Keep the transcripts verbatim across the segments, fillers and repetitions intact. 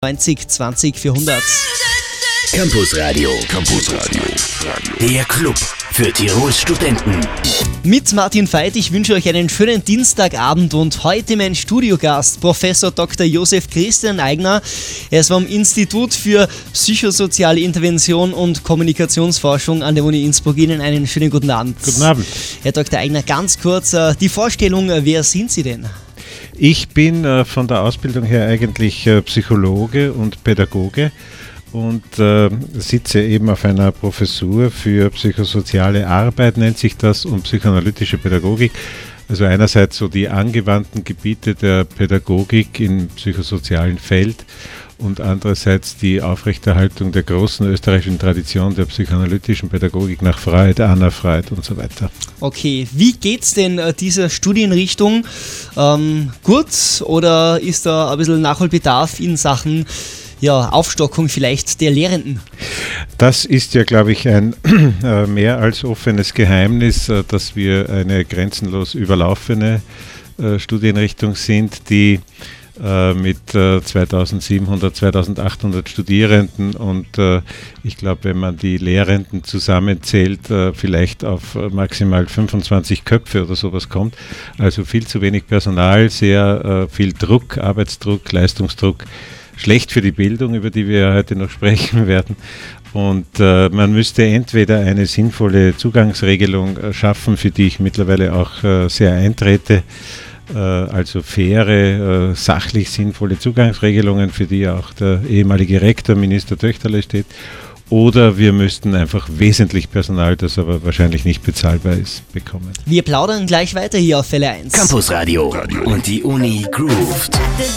neunzig zwanzig vierhundert. Campus Radio. Campus Radio. Der Club für Tirols Studenten. Mit Martin Veit, ich wünsche euch einen schönen Dienstagabend und heute mein Studiogast, Professor Doktor Josef Christian Aigner. Er ist vom Institut für psychosoziale Intervention und Kommunikationsforschung an der Uni Innsbruck. Ihnen einen schönen guten Abend. Guten Abend. Herr Doktor Aigner, ganz kurz die Vorstellung, wer sind Sie denn? Ich bin äh, von der Ausbildung her eigentlich äh, Psychologe und Pädagoge und äh, sitze eben auf einer Professur für psychosoziale Arbeit, nennt sich das, und psychoanalytische Pädagogik. Also einerseits so die angewandten Gebiete der Pädagogik im psychosozialen Feld und andererseits die Aufrechterhaltung der großen österreichischen Tradition der psychoanalytischen Pädagogik nach Freud, Anna Freud und so weiter. Okay, wie geht's denn äh, dieser Studienrichtung? Ähm, gut, oder ist da ein bisschen Nachholbedarf in Sachen ja, Aufstockung vielleicht der Lehrenden? Das ist ja, glaube ich, ein äh, mehr als offenes Geheimnis, äh, dass wir eine grenzenlos überlaufene äh, Studienrichtung sind, die mit äh, zweitausendsiebenhundert, zweitausendachthundert Studierenden und äh, ich glaube, wenn man die Lehrenden zusammenzählt, äh, vielleicht auf äh, maximal fünfundzwanzig Köpfe oder sowas kommt. Also viel zu wenig Personal, sehr äh, viel Druck, Arbeitsdruck, Leistungsdruck, schlecht für die Bildung, über die wir heute noch sprechen werden. Und äh, man müsste entweder eine sinnvolle Zugangsregelung äh, schaffen, für die ich mittlerweile auch äh, sehr eintrete, also faire, sachlich sinnvolle Zugangsregelungen, für die auch der ehemalige Rektor, Minister Töchterle, steht. Oder wir müssten einfach wesentlich Personal, das aber wahrscheinlich nicht bezahlbar ist, bekommen. Wir plaudern gleich weiter hier auf Welle eins. Campus Radio und die Uni grooved.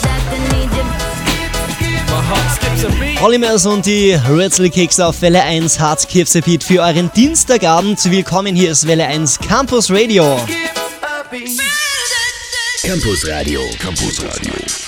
Polymers und die Rätsel Kicks auf Welle eins, Hard Skips a Beat für euren Dienstagabend. Willkommen, hier ist Welle eins Campus Radio. Campus Radio. Campus Radio.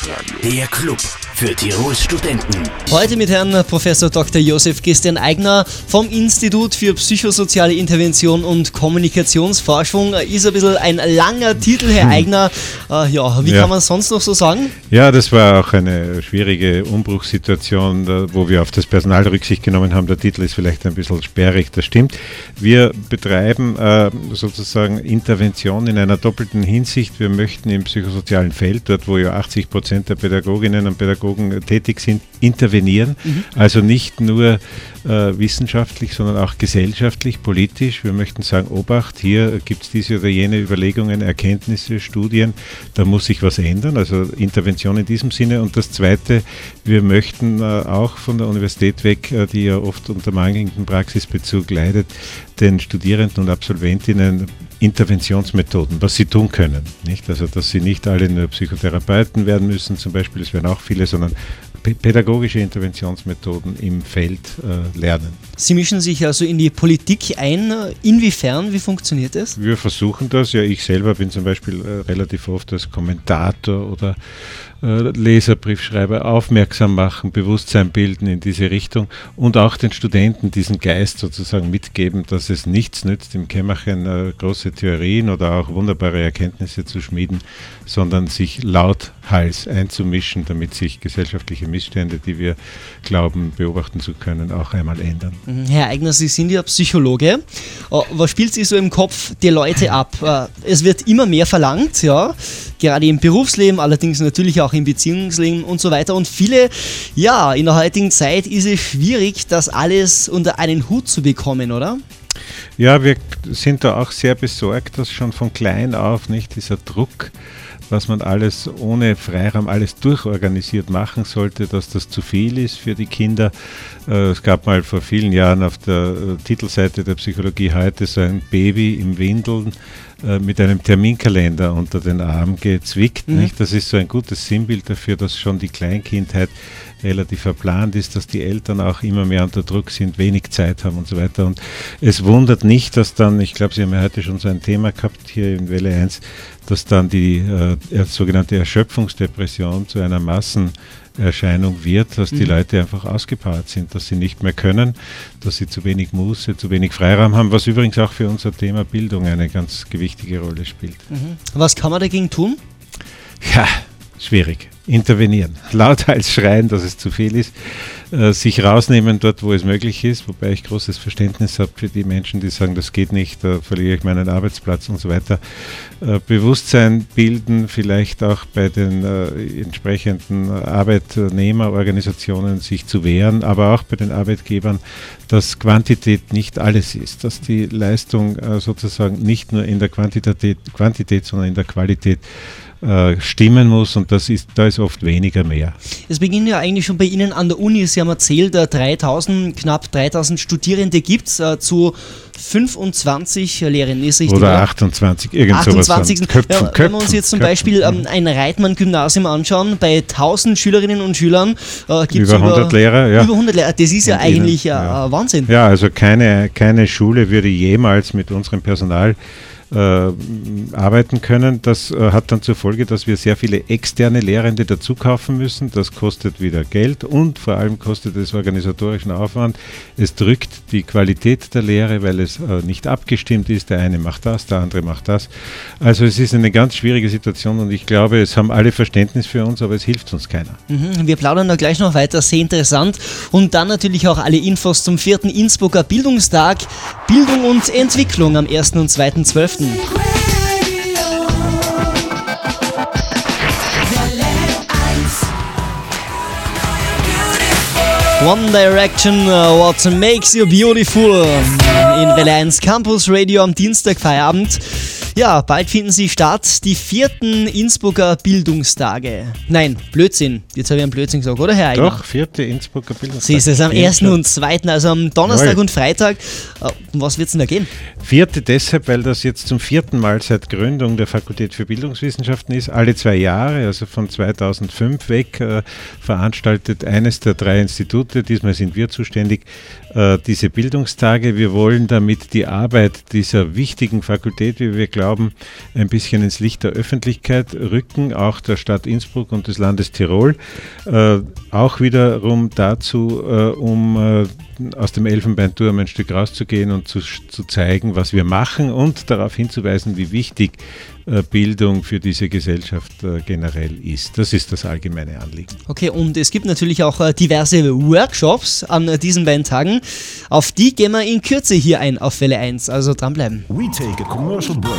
Der Club für Tirols Studenten. Heute mit Herrn Professor Doktor Josef Christian Aigner vom Institut für psychosoziale Intervention und Kommunikationsforschung. Ist ein bisschen ein langer Titel, Herr Aigner. Äh, ja, wie ja. kann man es sonst noch so sagen? Ja, das war auch eine schwierige Umbruchssituation, wo wir auf das Personal Rücksicht genommen haben. Der Titel ist vielleicht ein bisschen sperrig, das stimmt. Wir betreiben äh, sozusagen Intervention in einer doppelten Hinsicht. Wir möchten im psychosozialen Feld, dort wo ja achtzig Prozent der Pädagoginnen und Pädagogen tätig sind, intervenieren. Mhm. Also nicht nur äh, wissenschaftlich, sondern auch gesellschaftlich, politisch. Wir möchten sagen, Obacht, hier gibt es diese oder jene Überlegungen, Erkenntnisse, Studien, da muss sich was ändern, also Intervention in diesem Sinne. Und das Zweite, wir möchten äh, auch von der Universität weg, äh, die ja oft unter mangelndem Praxisbezug leidet, den Studierenden und Absolventinnen Interventionsmethoden, was sie tun können. Nicht? Also, dass sie nicht alle nur Psychotherapeuten werden müssen, zum Beispiel, es werden auch viele, sondern pädagogische Interventionsmethoden im Feld äh, lernen. Sie mischen sich also in die Politik ein. Inwiefern? Wie funktioniert das? Wir versuchen das. Ja, ich selber bin zum Beispiel äh, relativ oft als Kommentator oder äh, Leserbriefschreiber aufmerksam machen, Bewusstsein bilden in diese Richtung und auch den Studenten diesen Geist sozusagen mitgeben, dass es nichts nützt, im Kämmerchen äh, große Theorien oder auch wunderbare Erkenntnisse zu schmieden, sondern sich lauthals einzumischen, damit sich gesellschaftliche Missstände, die wir glauben beobachten zu können, auch einmal ändern. Herr Aigner, Sie sind ja Psychologe. Was spielt sich so im Kopf der Leute ab? Es wird immer mehr verlangt, ja, gerade im Berufsleben, allerdings natürlich auch im Beziehungsleben und so weiter. Und viele, ja, in der heutigen Zeit ist es schwierig, das alles unter einen Hut zu bekommen, oder? Ja, wir sind da auch sehr besorgt, dass schon von klein auf nicht dieser Druck, was man alles ohne Freiraum, alles durchorganisiert machen sollte, dass das zu viel ist für die Kinder. Es gab mal vor vielen Jahren auf der Titelseite der Psychologie heute so ein Baby im Windeln mit einem Terminkalender unter den Arm gezwickt. Mhm. Nicht? Das ist so ein gutes Sinnbild dafür, dass schon die Kleinkindheit relativ verplant ist, dass die Eltern auch immer mehr unter Druck sind, wenig Zeit haben und so weiter. Und es wundert nicht, dass dann, ich glaube, Sie haben ja heute schon so ein Thema gehabt hier in Welle eins, dass dann die äh, sogenannte Erschöpfungsdepression zu einer Massenerscheinung wird, dass die mhm. Leute einfach ausgepowert sind, dass sie nicht mehr können, dass sie zu wenig Muße, zu wenig Freiraum haben, was übrigens auch für unser Thema Bildung eine ganz gewichtige Rolle spielt. Mhm. Was kann man dagegen tun? Ja, schwierig. Intervenieren. Lauter als schreien, dass es zu viel ist. Äh, sich rausnehmen dort, wo es möglich ist, wobei ich großes Verständnis habe für die Menschen, die sagen, das geht nicht, da verliere ich meinen Arbeitsplatz und so weiter. Äh, Bewusstsein bilden, vielleicht auch bei den äh, entsprechenden Arbeitnehmerorganisationen sich zu wehren, aber auch bei den Arbeitgebern, dass Quantität nicht alles ist, dass die Leistung äh, sozusagen nicht nur in der Quantität, Quantität, sondern in der Qualität stimmen muss, und das ist, da ist oft weniger mehr. Es beginnt ja eigentlich schon bei Ihnen an der Uni. Sie haben erzählt, dreitausend, knapp dreitausend Studierende gibt es äh, zu fünfundzwanzig Lehrern, ist richtig? Oder achtundzwanzig, irgend sowas. achtundzwanzig. Köpfen, ja, Köpfen, wenn wir uns jetzt zum Köpfen, Beispiel ähm, ein Reitmann-Gymnasium anschauen, bei tausend Schülerinnen und Schülern äh, gibt es über hundert Lehrer. Ja. Über hundert Lehrer, das ist ja und eigentlich Ihnen, äh, ja. Wahnsinn. Ja, also keine, keine Schule würde jemals mit unserem Personal Äh, arbeiten können. Das äh, hat dann zur Folge, dass wir sehr viele externe Lehrende dazu kaufen müssen. Das kostet wieder Geld und vor allem kostet es organisatorischen Aufwand. Es drückt die Qualität der Lehre, weil es äh, nicht abgestimmt ist. Der eine macht das, der andere macht das. Also es ist eine ganz schwierige Situation, und ich glaube, es haben alle Verständnis für uns, aber es hilft uns keiner. Mhm, wir plaudern da gleich noch weiter, sehr interessant. Und dann natürlich auch alle Infos zum vierten Innsbrucker Bildungstag, Bildung und Entwicklung am ersten und zweiten zwölften One Direction, uh, What Makes You Beautiful in Welle eins Campus Radio am Dienstag Feierabend. Ja, bald finden sie statt, die vierten Innsbrucker Bildungstage. Nein, Blödsinn. Jetzt habe ich einen Blödsinn gesagt, oder Herr Eigner? Doch, vierte Innsbrucker Bildungstage. Sie ist es am ersten und zweiten, also am Donnerstag Jawohl. und Freitag. Um was wird es denn da gehen? Vierte deshalb, weil das jetzt zum vierten Mal seit Gründung der Fakultät für Bildungswissenschaften ist. Alle zwei Jahre, also von zweitausendfünf weg, äh, veranstaltet eines der drei Institute, diesmal sind wir zuständig, äh, diese Bildungstage. Wir wollen damit die Arbeit dieser wichtigen Fakultät, wie wir glauben, ein bisschen ins Licht der Öffentlichkeit rücken, auch der Stadt Innsbruck und des Landes Tirol. Äh, auch wiederum dazu, äh, um äh, aus dem Elfenbeinturm ein Stück rauszugehen und zu, zu zeigen, was wir machen, und darauf hinzuweisen, wie wichtig äh, Bildung für diese Gesellschaft äh, generell ist. Das ist das allgemeine Anliegen. Okay, und es gibt natürlich auch äh, diverse Workshops an äh, diesen beiden Tagen. Auf die gehen wir in Kürze hier ein auf Welle eins, also dranbleiben. We take a commercial break.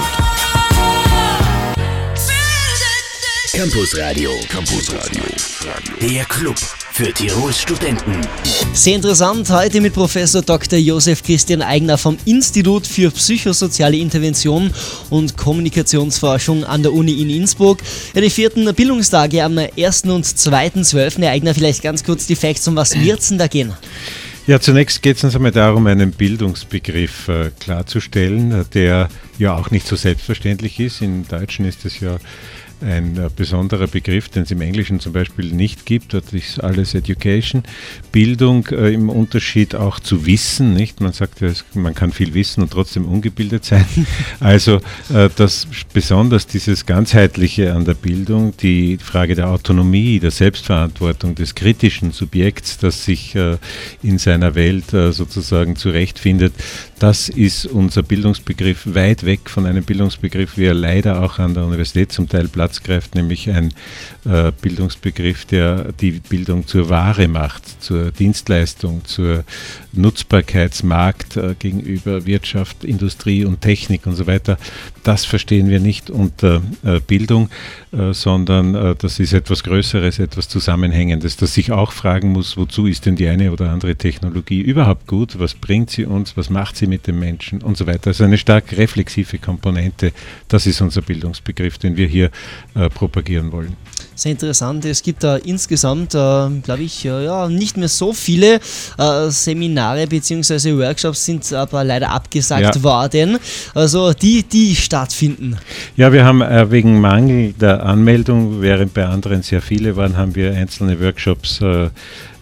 Campus Radio. Campus Radio. Der Club für Tirols Studenten. Sehr interessant, heute mit Professor Doktor Josef Christian Eigner vom Institut für psychosoziale Intervention und Kommunikationsforschung an der Uni in Innsbruck. Ja, die vierten Bildungstage am ersten und zweiten zwölften Herr Eigner, vielleicht ganz kurz die Facts, um was wird es denn da gehen? Ja, zunächst geht es uns einmal darum, einen Bildungsbegriff äh, klarzustellen, der ja auch nicht so selbstverständlich ist. Im Deutschen ist es ja ein äh, besonderer Begriff, den es im Englischen zum Beispiel nicht gibt. Dort ist alles Education. Bildung äh, im Unterschied auch zu Wissen, nicht? Man sagt ja, man kann viel wissen und trotzdem ungebildet sein. Also äh, das besonders dieses Ganzheitliche an der Bildung, die Frage der Autonomie, der Selbstverantwortung des kritischen Subjekts, das sich äh, in seiner Welt äh, sozusagen zurechtfindet, das ist unser Bildungsbegriff, weit weg von einem Bildungsbegriff, wie er leider auch an der Universität zum Teil Platz greift, nämlich ein äh, Bildungsbegriff, der die Bildung zur Ware macht, zur Dienstleistung, zur Nutzbarkeitsmarkt äh, gegenüber Wirtschaft, Industrie und Technik und so weiter. Das verstehen wir nicht unter äh, Bildung, äh, sondern äh, das ist etwas Größeres, etwas Zusammenhängendes, das sich auch fragen muss, wozu ist denn die eine oder andere Technologie überhaupt gut, was bringt sie uns, was macht sie mit dem Menschen und so weiter. Also eine stark reflexive Komponente, das ist unser Bildungsbegriff, den wir hier äh, propagieren wollen. Sehr interessant. Es gibt da insgesamt, äh, glaube ich, äh, ja, nicht mehr so viele äh, Seminare bzw. Workshops sind aber leider abgesagt ja. worden. Also die, die stattfinden. Ja, wir haben äh, wegen Mangel der Anmeldung, während bei anderen sehr viele waren, haben wir einzelne Workshops äh,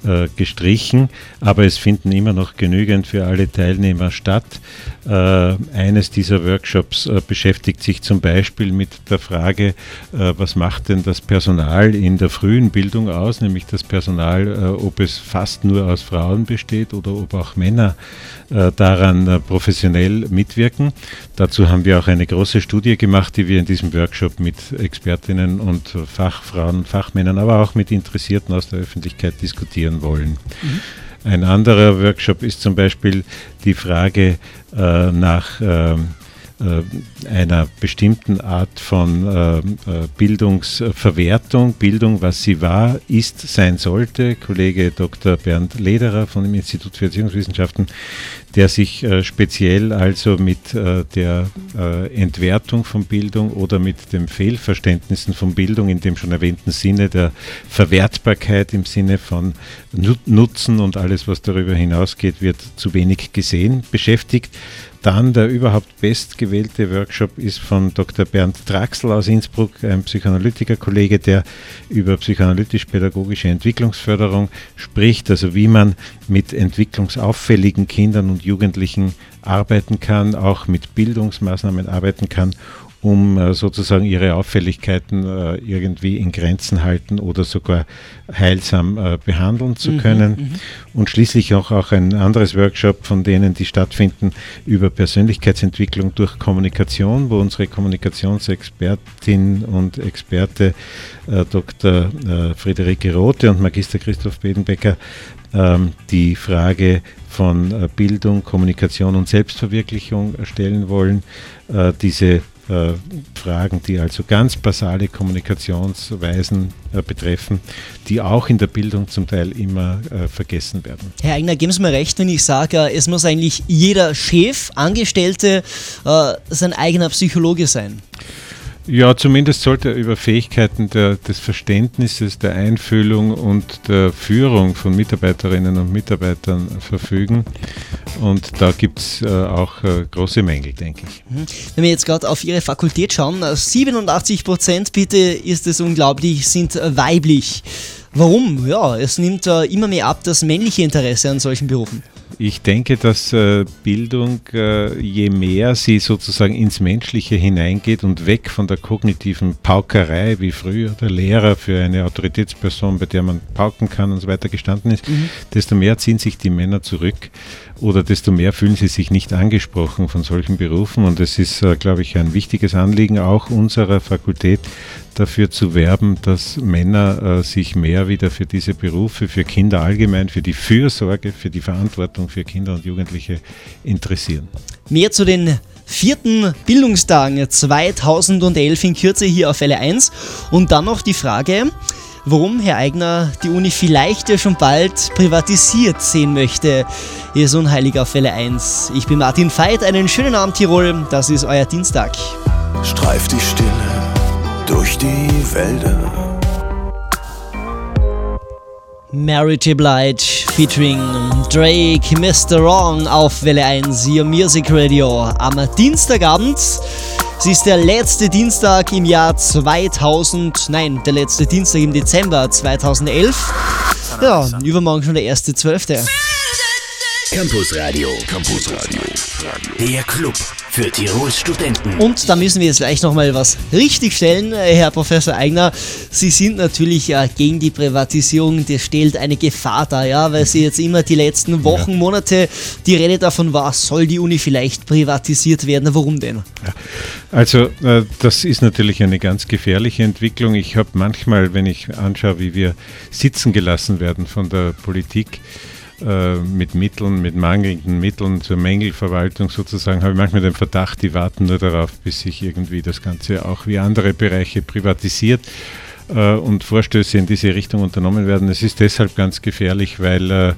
äh, gestrichen, aber es finden immer noch genügend für alle Teilnehmer statt. Äh, eines dieser Workshops äh, beschäftigt sich zum Beispiel mit der Frage, äh, was macht denn das Personal in der frühen Bildung aus, nämlich das Personal, äh, ob es fast nur aus Frauen besteht oder ob auch Männer äh, daran äh, professionell mitwirken. Dazu haben wir auch eine große Studie gemacht, die wir in diesem Workshop mit Expertinnen und Fachfrauen, Fachmännern, aber auch mit Interessierten aus der Öffentlichkeit diskutieren wollen. Mhm. Ein anderer Workshop ist zum Beispiel die Frage äh, nach äh, einer bestimmten Art von äh, Bildungsverwertung, Bildung, was sie war, ist, sein sollte. Kollege Doktor Bernd Lederer von dem Institut für Erziehungswissenschaften, der sich äh, speziell also mit äh, der äh, Entwertung von Bildung oder mit dem Fehlverständnissen von Bildung in dem schon erwähnten Sinne der Verwertbarkeit im Sinne von Nutzen und alles, was darüber hinausgeht, wird zu wenig gesehen, beschäftigt. Dann der überhaupt bestgewählte Workshop ist von Doktor Bernd Traxel aus Innsbruck, ein Psychoanalytiker-Kollege, der über psychoanalytisch-pädagogische Entwicklungsförderung spricht, also wie man mit entwicklungsauffälligen Kindern und Jugendlichen arbeiten kann, auch mit Bildungsmaßnahmen arbeiten kann, um äh, sozusagen ihre Auffälligkeiten äh, irgendwie in Grenzen halten oder sogar heilsam äh, behandeln zu können. Mhm, und schließlich auch, auch ein anderes Workshop von denen, die stattfinden, über Persönlichkeitsentwicklung durch Kommunikation, wo unsere Kommunikationsexpertin und Experte äh, Doktor äh, Friederike Rothe und Magister Christoph Bedenbecker ähm, die Frage von äh, Bildung, Kommunikation und Selbstverwirklichung stellen wollen. Äh, diese Äh, Fragen, die also ganz basale Kommunikationsweisen äh, betreffen, die auch in der Bildung zum Teil immer äh, vergessen werden. Herr Eigner, geben Sie mir recht, wenn ich sage, äh, es muss eigentlich jeder Chef, Angestellte äh, sein eigener Psychologe sein. Ja, zumindest sollte er über Fähigkeiten der, des Verständnisses, der Einfühlung und der Führung von Mitarbeiterinnen und Mitarbeitern verfügen. Und da gibt es äh, auch äh, große Mängel, denke ich. Wenn wir jetzt gerade auf Ihre Fakultät schauen, siebenundachtzig Prozent, bitte, ist es unglaublich, sind weiblich. Warum? Ja, es nimmt äh, immer mehr ab, das männliche Interesse an solchen Berufen. Ich denke, dass äh, Bildung, äh, je mehr sie sozusagen ins Menschliche hineingeht und weg von der kognitiven Paukerei, wie früher der Lehrer für eine Autoritätsperson, bei der man pauken kann und so weiter gestanden ist, mhm. desto mehr ziehen sich die Männer zurück oder desto mehr fühlen sie sich nicht angesprochen von solchen Berufen. Und es ist, äh, glaube ich, ein wichtiges Anliegen auch unserer Fakultät, dafür zu werben, dass Männer äh, sich mehr wieder für diese Berufe, für Kinder allgemein, für die Fürsorge, für die Verantwortung für Kinder und Jugendliche interessieren. Mehr zu den vierten Bildungstagen zweitausendelf in Kürze hier auf Welle eins. Und dann noch die Frage, warum Herr Eigner die Uni vielleicht ja schon bald privatisiert sehen möchte. Ihr ist unheilig auf Welle eins. Ich bin Martin Veit, einen schönen Abend Tirol, das ist euer Dienstag. Streift die Stille durch die Wälder. Mary J. Blige featuring Drake, Mister Wrong auf Welle eins, Your Music Radio am Dienstagabend. Es ist der letzte Dienstag im Jahr zweitausend, nein, der letzte Dienstag im Dezember zweitausendelf. Ja, übermorgen schon der erste zwölfte Campus Radio. Campus Radio. Der Club für Tirols Studenten. Und da müssen wir jetzt gleich nochmal was richtigstellen, Herr Professor Eigner. Sie sind natürlich ja gegen die Privatisierung, das stellt eine Gefahr dar, ja, weil Sie jetzt immer die letzten Wochen, ja. Monate die Rede davon war, soll die Uni vielleicht privatisiert werden. Warum denn? Ja. Also äh, das ist natürlich eine ganz gefährliche Entwicklung. Ich habe manchmal, wenn ich anschaue, wie wir sitzen gelassen werden von der Politik, mit Mitteln, mit mangelnden Mitteln zur Mängelverwaltung sozusagen, habe ich manchmal den Verdacht, die warten nur darauf, bis sich irgendwie das Ganze auch wie andere Bereiche privatisiert äh, und Vorstöße in diese Richtung unternommen werden. Es ist deshalb ganz gefährlich, weil äh,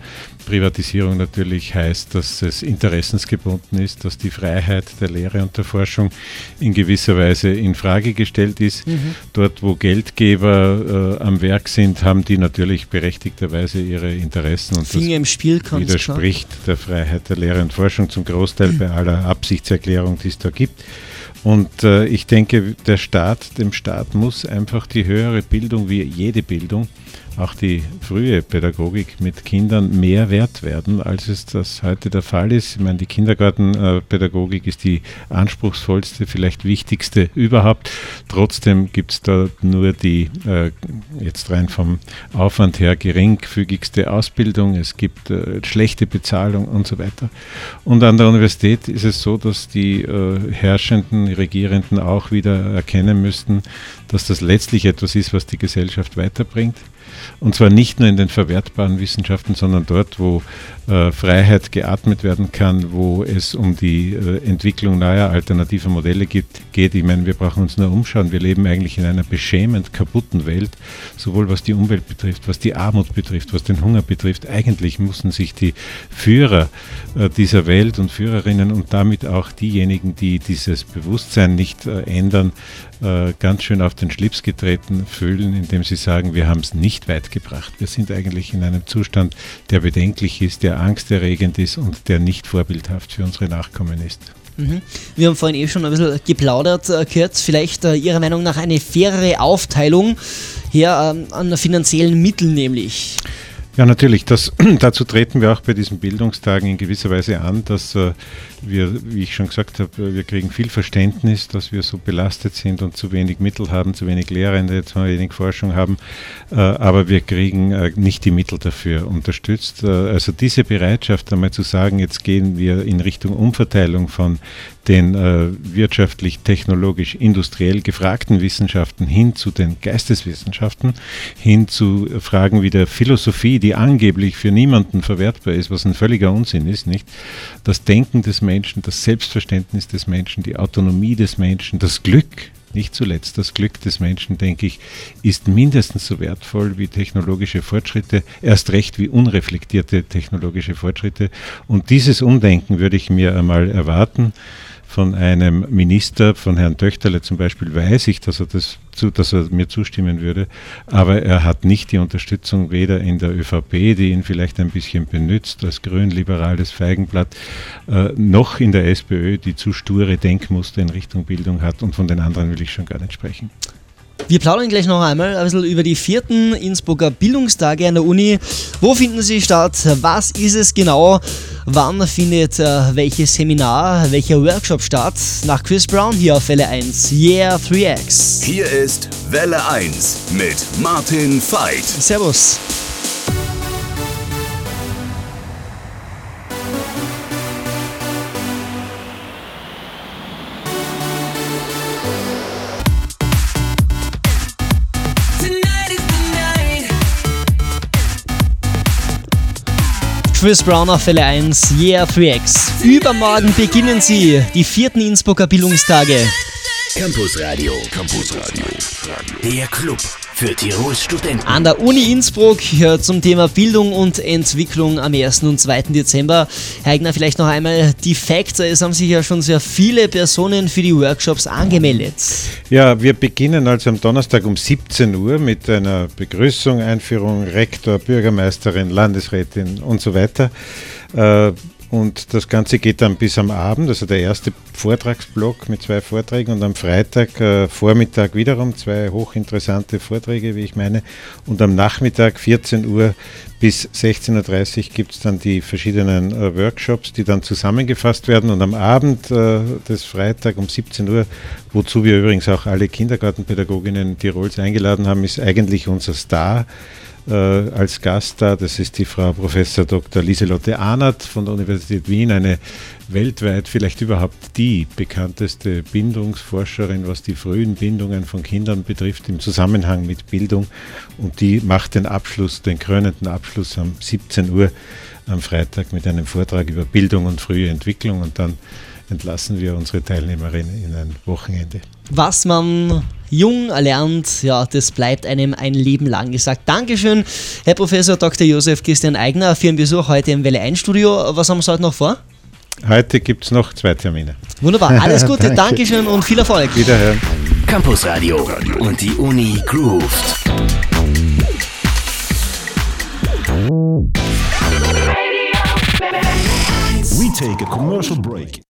Privatisierung natürlich heißt, dass es interessensgebunden ist, dass die Freiheit der Lehre und der Forschung in gewisser Weise in Frage gestellt ist. Mhm. Dort, wo Geldgeber äh, am Werk sind, haben die natürlich berechtigterweise ihre Interessen und Finger das im Spiel, widerspricht klar. der Freiheit der Lehre und Forschung zum Großteil mhm. bei aller Absichtserklärung, die es da gibt. Und äh, ich denke, der Staat, dem Staat muss einfach die höhere Bildung wie jede Bildung, auch die frühe Pädagogik mit Kindern mehr wert werden, als es das heute der Fall ist. Ich meine, die Kindergartenpädagogik ist die anspruchsvollste, vielleicht wichtigste überhaupt. Trotzdem gibt es da nur die, äh, jetzt rein vom Aufwand her, geringfügigste Ausbildung. Es gibt äh, schlechte Bezahlung und so weiter. Und an der Universität ist es so, dass die äh, Herrschenden, die Regierenden auch wieder erkennen müssten, dass das letztlich etwas ist, was die Gesellschaft weiterbringt. Und zwar nicht nur in den verwertbaren Wissenschaften, sondern dort, wo äh, Freiheit geatmet werden kann, wo es um die äh, Entwicklung neuer alternativer Modelle gibt, geht. Ich meine, wir brauchen uns nur umschauen. Wir leben eigentlich in einer beschämend kaputten Welt, sowohl was die Umwelt betrifft, was die Armut betrifft, was den Hunger betrifft. Eigentlich müssen sich die Führer äh, dieser Welt und Führerinnen und damit auch diejenigen, die dieses Bewusstsein nicht äh, ändern, äh, ganz schön auf den Schlips getreten fühlen, indem sie sagen, wir haben es nicht weit gebracht. Wir sind eigentlich in einem Zustand, der bedenklich ist, der angsterregend ist und der nicht vorbildhaft für unsere Nachkommen ist. Mhm. Wir haben vorhin eh schon ein bisschen geplaudert, äh, Kurt, vielleicht äh, Ihrer Meinung nach eine fairere Aufteilung her äh, an finanziellen Mitteln nämlich. Ja, natürlich. Das, dazu treten wir auch bei diesen Bildungstagen in gewisser Weise an, dass äh, wir, wie ich schon gesagt habe, wir kriegen viel Verständnis, dass wir so belastet sind und zu wenig Mittel haben, zu wenig Lehrende, zu wenig Forschung haben, äh, aber wir kriegen äh, nicht die Mittel dafür unterstützt. Äh, also diese Bereitschaft, einmal zu sagen, jetzt gehen wir in Richtung Umverteilung von den äh, wirtschaftlich, technologisch, industriell gefragten Wissenschaften hin zu den Geisteswissenschaften, hin zu Fragen wie der Philosophie, die angeblich für niemanden verwertbar ist, was ein völliger Unsinn ist, nicht? Das Denken des Menschen, das Selbstverständnis des Menschen, die Autonomie des Menschen, das Glück, nicht zuletzt das Glück des Menschen, denke ich, ist mindestens so wertvoll wie technologische Fortschritte, erst recht wie unreflektierte technologische Fortschritte. Und dieses Umdenken würde ich mir einmal erwarten. Von einem Minister, von Herrn Töchterle zum Beispiel, weiß ich, dass er, das zu, dass er mir zustimmen würde, aber er hat nicht die Unterstützung weder in der ÖVP, die ihn vielleicht ein bisschen benützt als grün-liberales Feigenblatt, äh, noch in der SPÖ, die zu sture Denkmuster in Richtung Bildung hat, und von den anderen will ich schon gar nicht sprechen. Wir plaudern gleich noch einmal ein bisschen über die vierten Innsbrucker Bildungstage an der Uni. Wo finden sie statt? Was ist es genau? Wann findet äh, welches Seminar, welcher Workshop statt? Nach Chris Brown hier auf Welle eins. Yeah, drei X. Hier ist Welle eins mit Martin Veit. Servus. Chris Brown auf Welle eins, Yeah, drei X. Übermorgen beginnen sie, die vierten Innsbrucker Bildungstage. Campus Radio. Campus Radio. Der Club für Tirols Studenten. An der Uni Innsbruck ja, zum Thema Bildung und Entwicklung am ersten und zweiten Dezember. Herr Eigner, vielleicht noch einmal die Facts. Es haben sich ja schon sehr viele Personen für die Workshops angemeldet. Ja, wir beginnen also am Donnerstag um siebzehn Uhr mit einer Begrüßung, Einführung, Rektor, Bürgermeisterin, Landesrätin und so weiter. Äh, Und das Ganze geht dann bis am Abend, also der erste Vortragsblock mit zwei Vorträgen, und am Freitag äh, Vormittag wiederum zwei hochinteressante Vorträge, wie ich meine. Und am Nachmittag vierzehn Uhr bis sechzehn Uhr dreißig gibt es dann die verschiedenen äh, Workshops, die dann zusammengefasst werden. Und am Abend äh, des Freitag um siebzehn Uhr, wozu wir übrigens auch alle Kindergartenpädagoginnen Tirols eingeladen haben, ist eigentlich unser Star Äh, als Gast da. Das ist die Frau Professor Doktor Lieselotte Ahnert von der Universität Wien, eine weltweit vielleicht überhaupt die bekannteste Bindungsforscherin, was die frühen Bindungen von Kindern betrifft im Zusammenhang mit Bildung, und die macht den Abschluss, den krönenden Abschluss am siebzehn Uhr am Freitag mit einem Vortrag über Bildung und frühe Entwicklung, und dann entlassen wir unsere Teilnehmerinnen in ein Wochenende. Was man jung lernt, ja, das bleibt einem ein Leben lang gesagt. Dankeschön, Herr Professor Doktor Josef Christian Eigner, für Ihren Besuch heute im Welle eins Studio. Was haben Sie heute noch vor? Heute gibt es noch zwei Termine. Wunderbar, alles Gute, Danke. Dankeschön und viel Erfolg. Wiederhören. Campus Radio und die Uni grooved. We take a commercial break.